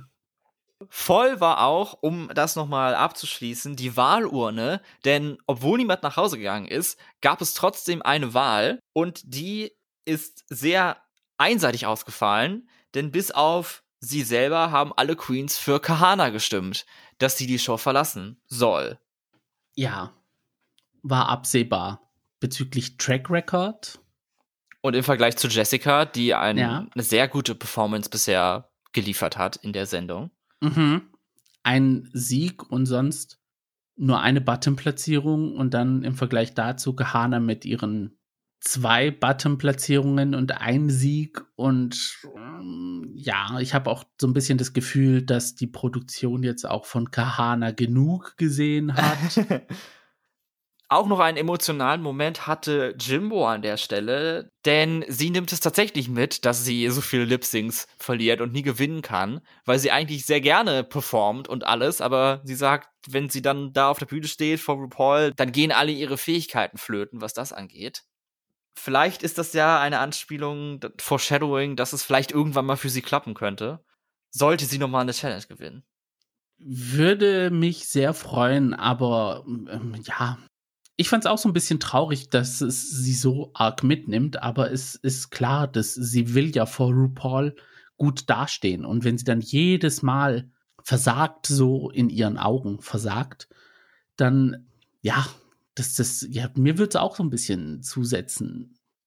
Voll war auch, um das nochmal abzuschließen, die Wahlurne, denn obwohl niemand nach Hause gegangen ist, gab es trotzdem eine Wahl und die ist sehr einseitig ausgefallen, denn bis auf sie selber haben alle Queens für Kahana gestimmt, dass sie die Show verlassen soll.
Ja, war absehbar. Bezüglich Track Record.
Und im Vergleich zu Jessica, die ein,
ja.
eine sehr gute Performance bisher geliefert hat in der Sendung.
Mhm. Ein Sieg und sonst nur eine Bottom-Platzierung und dann im Vergleich dazu Kahana mit ihren zwei Bottom-Platzierungen und ein Sieg und ähm, ja, ich habe auch so ein bisschen das Gefühl, dass die Produktion jetzt auch von Kahana genug gesehen hat.
Auch noch einen emotionalen Moment hatte Jimbo an der Stelle, denn sie nimmt es tatsächlich mit, dass sie so viele Lip-Syncs verliert und nie gewinnen kann, weil sie eigentlich sehr gerne performt und alles, aber sie sagt, wenn sie dann da auf der Bühne steht vor RuPaul, dann gehen alle ihre Fähigkeiten flöten, was das angeht. Vielleicht ist das ja eine Anspielung, Foreshadowing, dass es vielleicht irgendwann mal für sie klappen könnte, sollte sie nochmal eine Challenge gewinnen.
Würde mich sehr freuen, aber ähm, ja, ich fand es auch so ein bisschen traurig, dass es sie so arg mitnimmt, aber es ist klar, dass sie will ja vor RuPaul gut dastehen. Und wenn sie dann jedes Mal versagt, so in ihren Augen versagt, dann, ja, das, das, ja, mir würde es auch so ein bisschen zusetzen.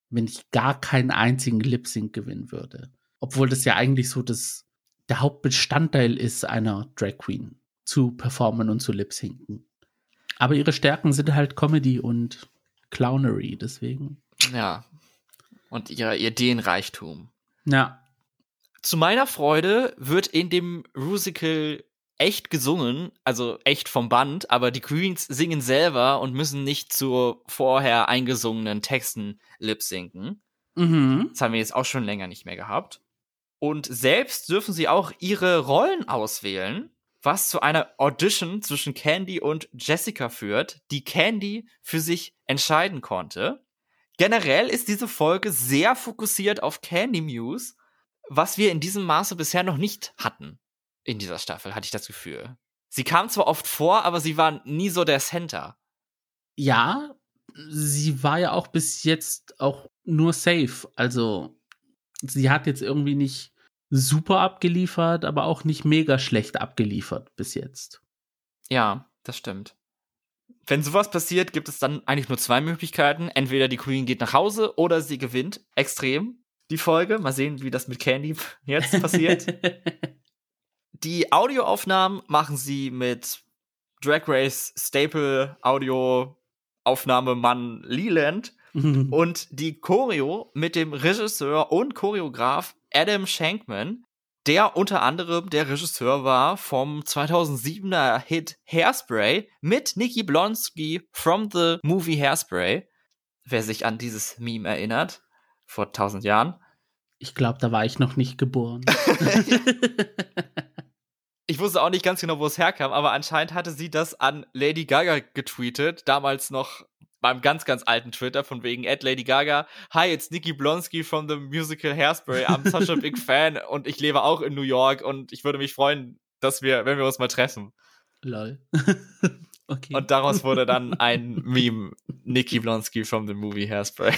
wenn ich gar keinen einzigen Lip-Sync gewinnen würde. Obwohl das ja eigentlich so das, der Hauptbestandteil ist einer Drag Queen, zu performen und zu lip-syncen. Aber ihre Stärken sind halt Comedy und Clownery, deswegen.
Ja. Und ihr Ideenreichtum.
Ja.
Zu meiner Freude wird in dem Rusical echt gesungen, also echt vom Band, aber die Queens singen selber und müssen nicht zu vorher eingesungenen Texten lip-synken.
Mhm.
Das haben wir jetzt auch schon länger nicht mehr gehabt. Und selbst dürfen sie auch ihre Rollen auswählen, was zu einer Audition zwischen Candy und Jessica führt, die Candy für sich entscheiden konnte. Generell ist diese Folge sehr fokussiert auf Candy Muse, was wir in diesem Maße bisher noch nicht hatten. In dieser Staffel hatte ich das Gefühl. Sie kam zwar oft vor, aber sie war nie so der Center.
Ja, sie war ja auch bis jetzt auch nur safe. Also sie hat jetzt irgendwie nicht super abgeliefert, aber auch nicht mega schlecht abgeliefert bis jetzt.
Ja, das stimmt. Wenn sowas passiert, gibt es dann eigentlich nur zwei Möglichkeiten. Entweder die Queen geht nach Hause oder sie gewinnt extrem die Folge. Mal sehen, wie das mit Candy jetzt passiert. Die Audioaufnahmen machen sie mit Drag Race Staple Audioaufnahmemann Leland und die Choreo mit dem Regisseur und Choreograf Adam Shankman, der unter anderem der Regisseur war vom zweitausendsiebener Hit Hairspray mit Nikki Blonsky from the movie Hairspray. Wer sich an dieses Meme erinnert, vor tausend Jahren.
Ich glaube, da war ich noch nicht geboren.
Ich wusste auch nicht ganz genau, wo es herkam, aber anscheinend hatte sie das an Lady Gaga getweetet, damals noch beim ganz, ganz alten Twitter, von wegen at Lady Gaga, hi, it's Nikki Blonsky from the musical Hairspray, I'm such a big fan und ich lebe auch in New York und ich würde mich freuen, dass wir, wenn wir uns mal treffen.
Lol. Okay.
Und daraus wurde dann ein Meme, Nikki Blonsky from the movie Hairspray.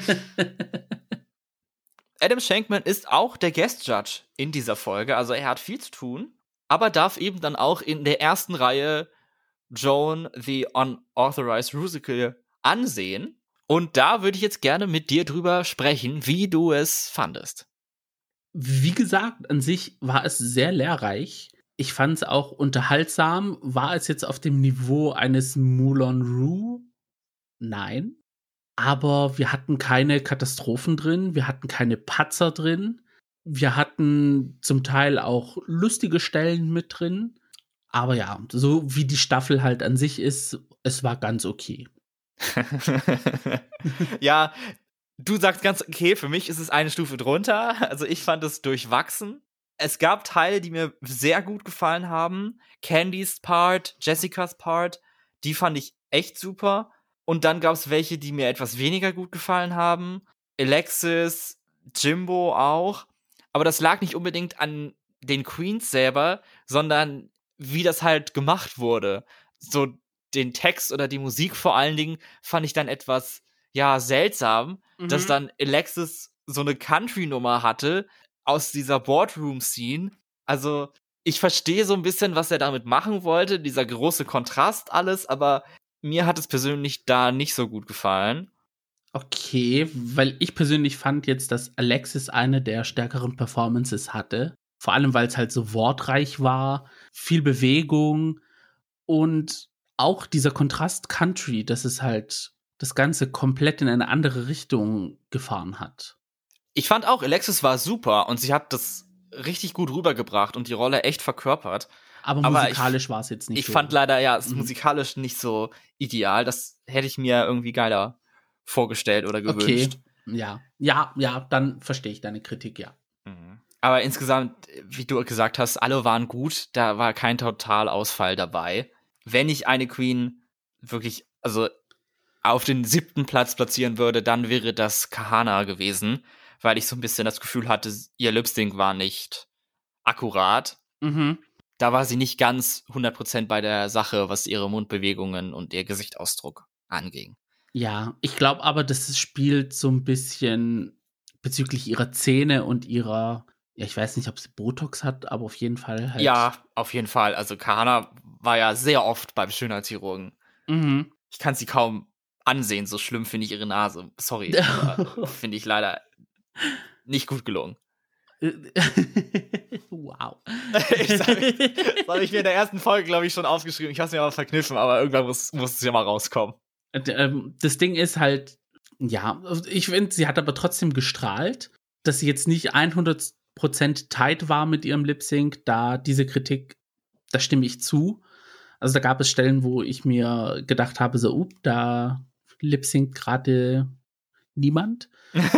Adam Shankman ist auch der Guest Judge in dieser Folge, also er hat viel zu tun, aber darf eben dann auch in der ersten Reihe Joan the Unauthorized Rusical ansehen. Und da würde ich jetzt gerne mit dir drüber sprechen, wie du es fandest.
Wie gesagt, an sich war es sehr lehrreich. Ich fand es auch unterhaltsam. War es jetzt auf dem Niveau eines Moulin Rouge? Nein. Aber wir hatten keine Katastrophen drin, wir hatten keine Patzer drin, wir hatten zum Teil auch lustige Stellen mit drin. Aber ja, so wie die Staffel halt an sich ist, es war ganz okay.
Ja, du sagst ganz okay, für mich ist es eine Stufe drunter. Also ich fand es durchwachsen. Es gab Teile, die mir sehr gut gefallen haben. Candys Part, Jessicas Part, die fand ich echt super. Und dann gab es welche, die mir etwas weniger gut gefallen haben. Alexis, Jimbo auch. Aber das lag nicht unbedingt an den Queens selber, sondern wie das halt gemacht wurde. So den Text oder die Musik vor allen Dingen fand ich dann etwas, ja, seltsam, mhm. dass dann Alexis so eine Country-Nummer hatte aus dieser Boardroom-Scene. Also ich verstehe so ein bisschen, was er damit machen wollte, dieser große Kontrast alles, aber mir hat es persönlich da nicht so gut gefallen.
Okay, weil ich persönlich fand jetzt, dass Alexis eine der stärkeren Performances hatte. Vor allem, weil es halt so wortreich war, viel Bewegung und auch dieser Kontrast Country, dass es halt das Ganze komplett in eine andere Richtung gefahren hat.
Ich fand auch, Alexis war super und sie hat das richtig gut rübergebracht und die Rolle echt verkörpert.
Aber, Aber musikalisch war es jetzt nicht
ich
so.
Ich fand leider, ja, es ist mhm. musikalisch nicht so ideal. Das hätte ich mir irgendwie geiler vorgestellt oder gewünscht.
Okay, ja. Ja, ja, dann verstehe ich deine Kritik, ja.
Mhm. Aber insgesamt, wie du gesagt hast, alle waren gut. Da war kein Totalausfall dabei. Wenn ich eine Queen wirklich, also auf den siebten Platz platzieren würde, dann wäre das Kahana gewesen, weil ich so ein bisschen das Gefühl hatte, ihr Lip-Sync war nicht akkurat.
Mhm.
Da war sie nicht ganz hundert Prozent bei der Sache, was ihre Mundbewegungen und ihr Gesichtsausdruck anging.
Ja, ich glaube aber, das spielt so ein bisschen bezüglich ihrer Zähne und ihrer, ja, ich weiß nicht, ob sie Botox hat, aber auf jeden Fall halt.
Ja, auf jeden Fall. Also Kahana war ja sehr oft beim Schönheitschirurgen.
Mhm.
Ich kann sie kaum ansehen. So schlimm finde ich ihre Nase. Sorry. Finde ich leider nicht gut gelungen.
Wow.
ich das habe ich mir in der ersten Folge, glaube ich, schon aufgeschrieben. Ich habe es mir aber verkniffen, aber irgendwann muss, muss es ja mal rauskommen.
Das Ding ist halt, ja, ich finde, sie hat aber trotzdem gestrahlt, dass sie jetzt nicht hundert Prozent tight war mit ihrem Lip-Sync, da diese Kritik, da stimme ich zu. Also da gab es Stellen, wo ich mir gedacht habe, so, up, da lip-synct gerade niemand.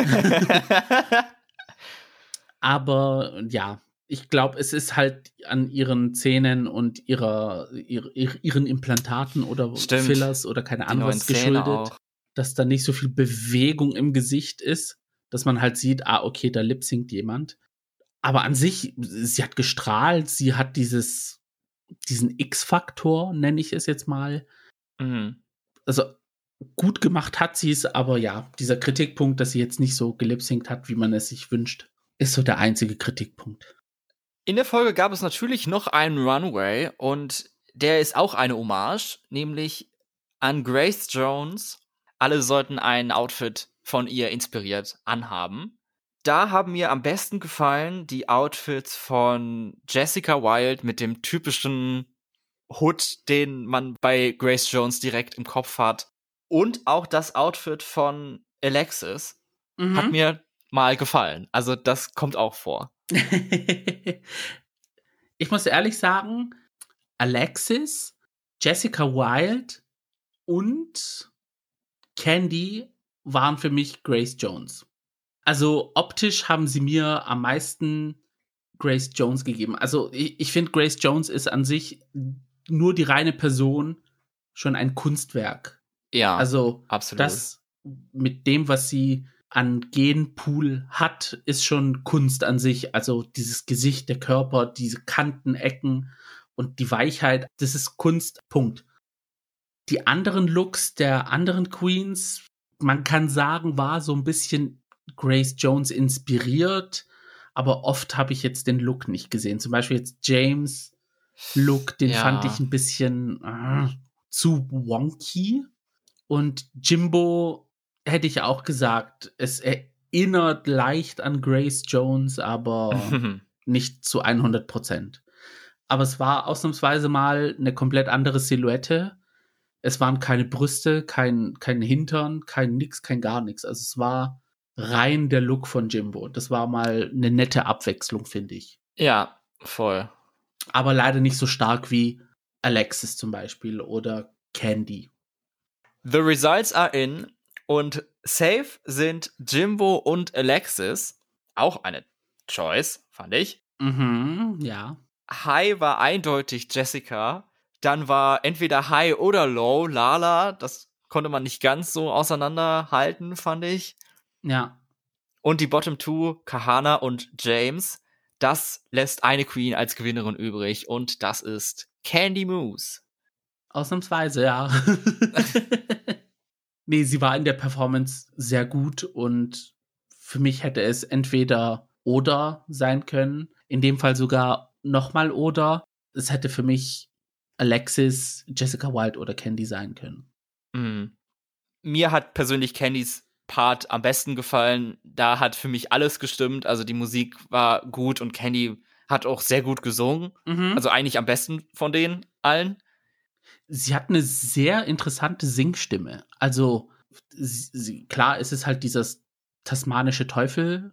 Aber ja, ich glaube, es ist halt an ihren Zähnen und ihrer, ihrer, ihren Implantaten oder
Stimmt.
Fillers oder keine Ahnung was geschuldet, dass da nicht so viel Bewegung im Gesicht ist, dass man halt sieht, ah, okay, da lip-synct jemand. Aber an sich, sie hat gestrahlt, sie hat dieses, diesen X-Faktor, nenne ich es jetzt mal.
Mhm.
Also gut gemacht hat sie es, aber ja, dieser Kritikpunkt, dass sie jetzt nicht so gelip-synct hat, wie man es sich wünscht, ist so der einzige Kritikpunkt.
In der Folge gab es natürlich noch einen Runway und der ist auch eine Hommage, nämlich an Grace Jones. Alle sollten ein Outfit von ihr inspiriert anhaben. Da haben mir am besten gefallen die Outfits von Jessica Wilde mit dem typischen Hood, den man bei Grace Jones direkt im Kopf hat. Und auch das Outfit von Alexis mhm. hat mir mal gefallen. Also das kommt auch vor.
Ich muss ehrlich sagen, Alexis, Jessica Wilde und Candy waren für mich Grace Jones. Also optisch haben sie mir am meisten Grace Jones gegeben. Also ich, ich finde, Grace Jones ist an sich nur die reine Person schon ein Kunstwerk.
Ja,
also
absolut.
Das mit dem, was sie an Genpool hat, ist schon Kunst an sich. Also dieses Gesicht, der Körper, diese Kanten, Ecken und die Weichheit, das ist Kunst, Punkt. Die anderen Looks der anderen Queens, man kann sagen, war so ein bisschen Grace Jones inspiriert, aber oft habe ich jetzt den Look nicht gesehen. Zum Beispiel jetzt James Look, den ja. fand ich ein bisschen äh, zu wonky. Und Jimbo hätte ich auch gesagt, es erinnert leicht an Grace Jones, aber nicht zu hundert Prozent. Aber es war ausnahmsweise mal eine komplett andere Silhouette. Es waren keine Brüste, kein, kein Hintern, kein nix, kein gar nichts. Also es war rein der Look von Jimbo. Das war mal eine nette Abwechslung, finde ich.
Ja, voll.
Aber leider nicht so stark wie Alexis zum Beispiel oder Candy.
The results are in und safe sind Jimbo und Alexis. Auch eine Choice, fand ich.
Mhm, ja.
High war eindeutig Jessica. Dann war entweder High oder Low Lala. Das konnte man nicht ganz so auseinanderhalten, fand ich.
Ja.
Und die Bottom Two, Kahana und James. Das lässt eine Queen als Gewinnerin übrig und das ist Candy Mousse.
Ausnahmsweise, ja. Nee, sie war in der Performance sehr gut und für mich hätte es entweder oder sein können. In dem Fall sogar nochmal oder. Es hätte für mich Alexis, Jessica Wilde oder Candy sein können.
Mhm. Mir hat persönlich Candys Part am besten gefallen. Da hat für mich alles gestimmt. Also die Musik war gut und Candy hat auch sehr gut gesungen. Mhm. Also eigentlich am besten von denen allen.
Sie hat eine sehr interessante Singstimme. Also sie, klar, es ist halt dieses tasmanische Teufel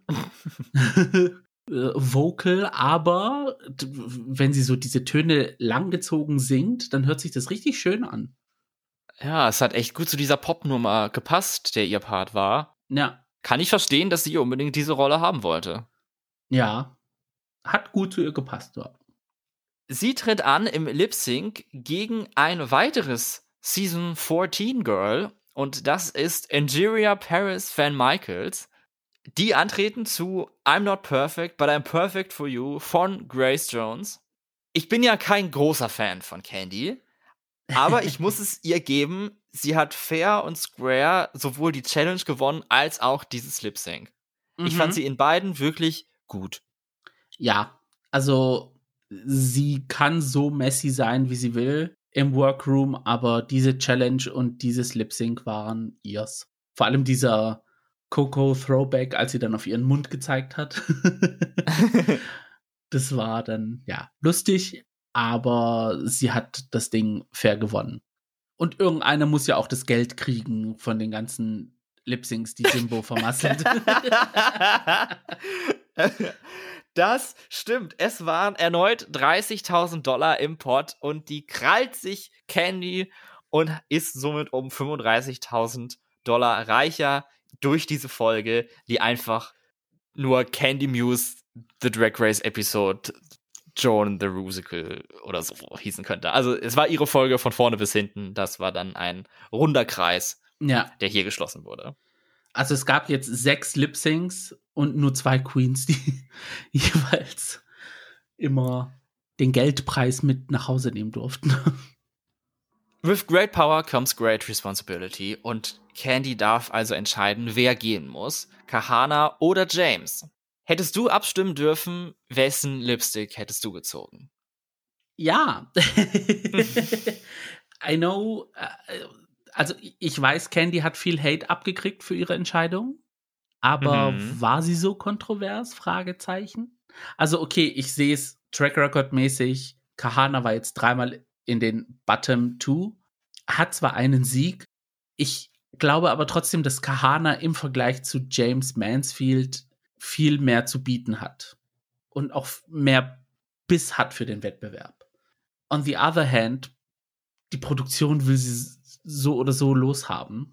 Vocal, aber wenn sie so diese Töne langgezogen singt, dann hört sich das richtig schön an.
Ja, es hat echt gut zu dieser Popnummer gepasst, der ihr Part war.
Ja.
Kann ich verstehen, dass sie unbedingt diese Rolle haben wollte.
Ja, hat gut zu ihr gepasst, ja.
Sie tritt an im Lip-Sync gegen ein weiteres Season vierzehn Girl und das ist Angeria Paris Van Michaels. Die antreten zu I'm Not Perfect, but I'm Perfect for You von Grace Jones. Ich bin ja kein großer Fan von Candy, aber ich muss es ihr geben, sie hat fair und square sowohl die Challenge gewonnen, als auch dieses Lip-Sync. Mhm. Ich fand sie in beiden wirklich gut.
Ja, also sie kann so messy sein, wie sie will. im Workroom, aber diese Challenge und dieses Lip-Sync waren ihrs. Vor allem dieser Coco-Throwback, als sie dann auf ihren Mund gezeigt hat. Das war dann, ja, lustig, aber sie hat das Ding fair gewonnen. Und irgendeiner muss ja auch das Geld kriegen von den ganzen Lip-Syncs, die Jimbo vermasselt.
Das stimmt. Es waren erneut dreißigtausend Dollar im Pot und die krallt sich Candy und ist somit um fünfunddreißigtausend Dollar reicher durch diese Folge, die einfach nur Candy Muse The Drag Race Episode Joan the Rusical oder so hießen könnte. Also es war ihre Folge von vorne bis hinten. Das war dann ein runder Kreis,
ja,
der hier geschlossen wurde.
Also es gab jetzt sechs Lip-Syncs und nur zwei Queens, die jeweils immer den Geldpreis mit nach Hause nehmen durften.
With great power comes great responsibility und Candy darf also entscheiden, wer gehen muss, Kahana oder James. Hättest du abstimmen dürfen, wessen Lipstick hättest du gezogen?
Ja. I know, also ich weiß, Candy hat viel Hate abgekriegt für ihre Entscheidung, aber mhm. war sie so kontrovers? Fragezeichen. Also okay, ich sehe es Track Record mäßig. Kahana war jetzt dreimal in den Bottom Two, hat zwar einen Sieg, ich glaube aber trotzdem, dass Kahana im Vergleich zu James Mansfield viel mehr zu bieten hat und auch mehr Biss hat für den Wettbewerb. On the other hand, die Produktion will sie so oder so loshaben.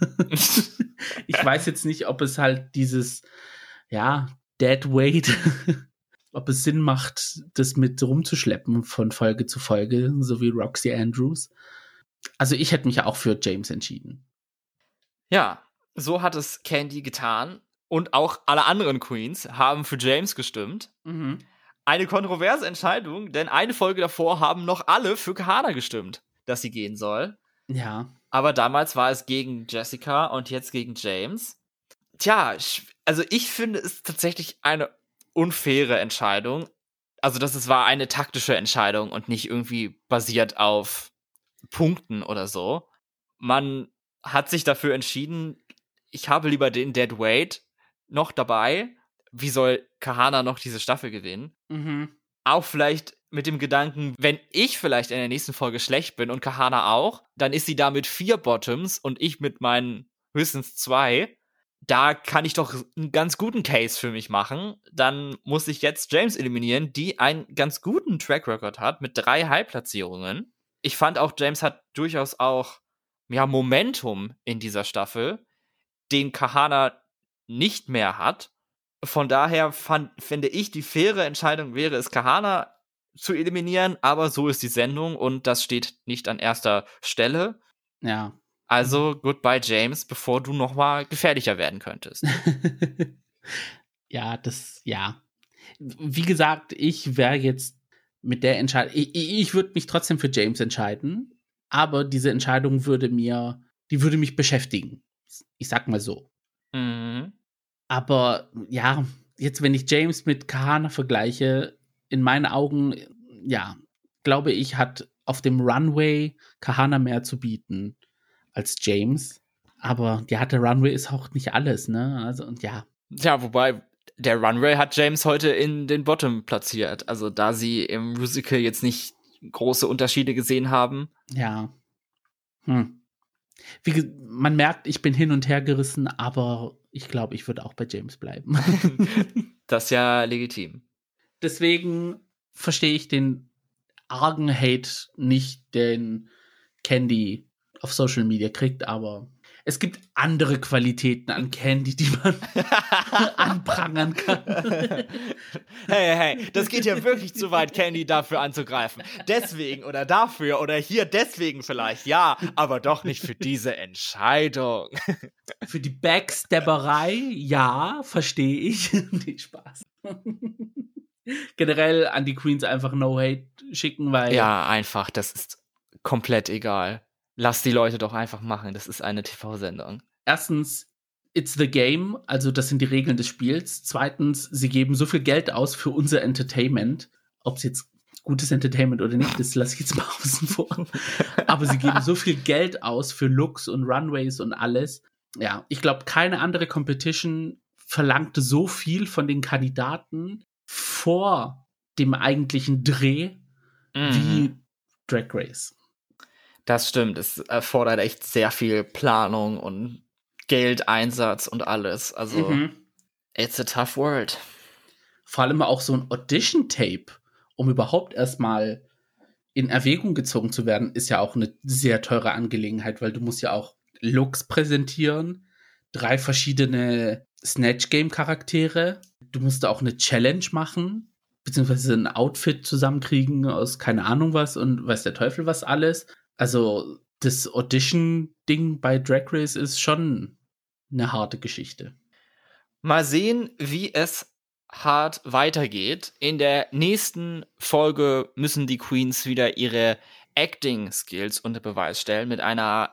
Ich weiß jetzt nicht, ob es halt dieses, ja, Dead Weight, ob es Sinn macht, das mit rumzuschleppen von Folge zu Folge, so wie Roxy Andrews. Also ich hätte mich auch für James entschieden.
Ja, so hat es Candy getan. Und auch alle anderen Queens haben für James gestimmt.
Mhm.
Eine kontroverse Entscheidung, denn eine Folge davor haben noch alle für Kahana gestimmt, dass sie gehen soll.
Ja.
Aber damals war es gegen Jessica und jetzt gegen James. Tja, also ich finde es tatsächlich eine unfaire Entscheidung. Also das es war eine taktische Entscheidung und nicht irgendwie basiert auf Punkten oder so. Man hat sich dafür entschieden, ich habe lieber den Dead Weight noch dabei. Wie soll Kahana noch diese Staffel gewinnen?
Mhm.
Auch vielleicht mit dem Gedanken, wenn ich vielleicht in der nächsten Folge schlecht bin und Kahana auch, dann ist sie da mit vier Bottoms und ich mit meinen höchstens zwei. Da kann ich doch einen ganz guten Case für mich machen. Dann muss ich jetzt James eliminieren, die einen ganz guten Track Record hat mit drei High-Platzierungen. Ich fand auch, James hat durchaus auch ja, Momentum in dieser Staffel, den Kahana nicht mehr hat. Von daher fand, finde ich, die faire Entscheidung wäre es, Kahana zu eliminieren, aber so ist die Sendung und das steht nicht an erster Stelle.
Ja.
Also, goodbye, James, bevor du noch mal gefährlicher werden könntest.
Ja, das, ja. Wie gesagt, ich wäre jetzt mit der Entscheidung, ich, ich würde mich trotzdem für James entscheiden, aber diese Entscheidung würde mir, die würde mich beschäftigen. Ich sag mal so.
Mhm.
Aber ja, jetzt, wenn ich James mit Kahana vergleiche, in meinen Augen, ja, glaube ich, hat auf dem Runway Kahana mehr zu bieten als James. Aber ja, der Runway ist auch nicht alles, ne? Also, und ja.
Ja, wobei, der Runway hat James heute in den Bottom platziert. Also, da sie im Musical jetzt nicht große Unterschiede gesehen haben.
Ja. Hm. Wie, man merkt, ich bin hin und her gerissen, aber ich glaube, ich würde auch bei James bleiben.
Das ist ja legitim.
Deswegen verstehe ich den argen Hate nicht, den Candy auf Social Media kriegt, aber es gibt andere Qualitäten an Candy, die man anprangern kann.
Hey, hey, das geht ja wirklich zu weit, Candy dafür anzugreifen. Deswegen oder dafür oder hier deswegen vielleicht, ja, aber doch nicht für diese Entscheidung.
Für die Backstabberei, ja, verstehe ich. Nee, Spaß. Generell an die Queens einfach No Hate schicken, weil...
Ja, einfach, das ist komplett egal. Lass die Leute doch einfach machen, das ist eine T V-Sendung.
Erstens, it's the game, also das sind die Regeln des Spiels. Zweitens, sie geben so viel Geld aus für unser Entertainment, ob es jetzt gutes Entertainment oder nicht, das lasse ich jetzt mal außen vor. Aber sie geben so viel Geld aus für Looks und Runways und alles. Ja, ich glaube, keine andere Competition verlangte so viel von den Kandidaten vor dem eigentlichen Dreh
Mhm.
wie Drag Race.
Das stimmt. Es erfordert echt sehr viel Planung und Geldeinsatz und alles. Also,
Mhm.
it's a tough world.
Vor allem auch so ein Audition-Tape, um überhaupt erstmal in Erwägung gezogen zu werden, ist ja auch eine sehr teure Angelegenheit, weil du musst ja auch Looks präsentieren, drei verschiedene Snatch-Game-Charaktere. Du musst auch eine Challenge machen, beziehungsweise ein Outfit zusammenkriegen aus keine Ahnung was und weiß der Teufel was alles. Also das Audition-Ding bei Drag Race ist schon eine harte Geschichte.
Mal sehen, wie es hart weitergeht. In der nächsten Folge müssen die Queens wieder ihre Acting-Skills unter Beweis stellen mit einer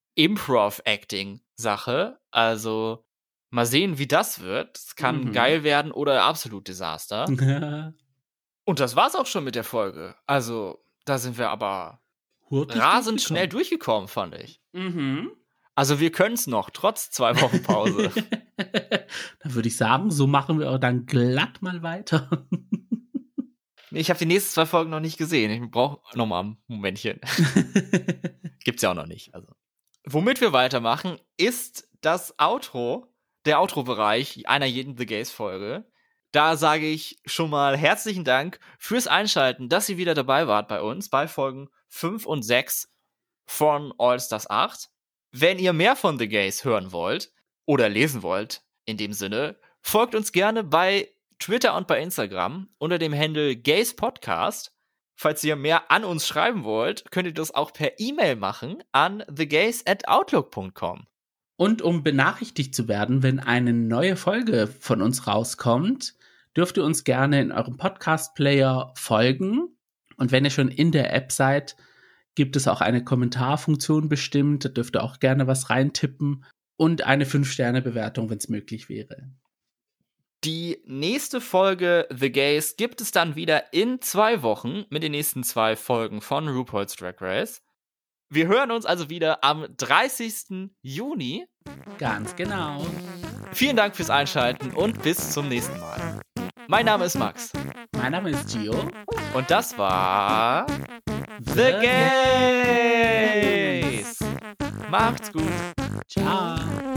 Improv-Acting-Sache. Also mal sehen, wie das wird. Es kann
Mhm.
geil werden oder absolut Desaster. Und das war's auch schon mit der Folge. Also da sind wir aber
Hurtig
rasend schnell
durchgekommen.
durchgekommen, fand ich.
Mhm.
Also wir können es noch, trotz zwei Wochen Pause.
Dann würde ich sagen, so machen wir auch dann glatt mal weiter.
Nee, ich habe die nächsten zwei Folgen noch nicht gesehen. Ich brauche noch mal ein Momentchen. Gibt's ja auch noch nicht. Also. Womit wir weitermachen, ist das Outro, der Outro-Bereich einer jeden The Gays-Folge. Da sage ich schon mal herzlichen Dank fürs Einschalten, dass ihr wieder dabei wart bei uns, bei Folgen fünf und sechs von All Stars acht. Wenn ihr mehr von The Gays hören wollt oder lesen wollt, in dem Sinne, folgt uns gerne bei Twitter und bei Instagram unter dem Handle Gays Podcast. Falls ihr mehr an uns schreiben wollt, könnt ihr das auch per E-Mail machen an thegays at outlook punkt com.
Und um benachrichtigt zu werden, wenn eine neue Folge von uns rauskommt, dürft ihr uns gerne in eurem Podcast-Player folgen. Und wenn ihr schon in der App seid, gibt es auch eine Kommentarfunktion bestimmt. Da dürft ihr auch gerne was reintippen und eine fünf Sterne Bewertung, wenn es möglich wäre.
Die nächste Folge The Gays gibt es dann wieder in zwei Wochen mit den nächsten zwei Folgen von RuPaul's Drag Race. Wir hören uns also wieder am dreißigsten Juni.
Ganz genau.
Vielen Dank fürs Einschalten und bis zum nächsten Mal. Mein Name ist Max.
Mein Name ist Gio.
Und das war The,
The
Gays. Macht's gut.
Ciao.